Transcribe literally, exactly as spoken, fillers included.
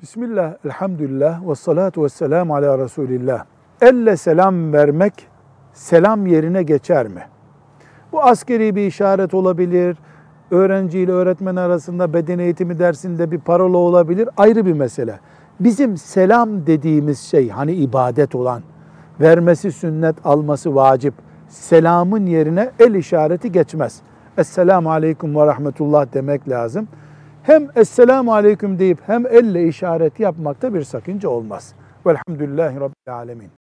Bismillah, elhamdülillah, ve salatu ve selamu ala Resulillah. Elle selam vermek selam yerine geçer mi? Bu askeri bir işaret olabilir, öğrenci ile öğretmen arasında beden eğitimi dersinde bir parola olabilir, ayrı bir mesele. Bizim selam dediğimiz şey, hani ibadet olan, vermesi sünnet, alması vacip, selamın yerine el işareti geçmez. Esselamu aleyküm ve rahmetullah demek lazım. Hem Esselamu aleyküm deyip hem elle işaret yapmakta bir sakınca olmaz. Velhamdülillahi Rabbil alemin.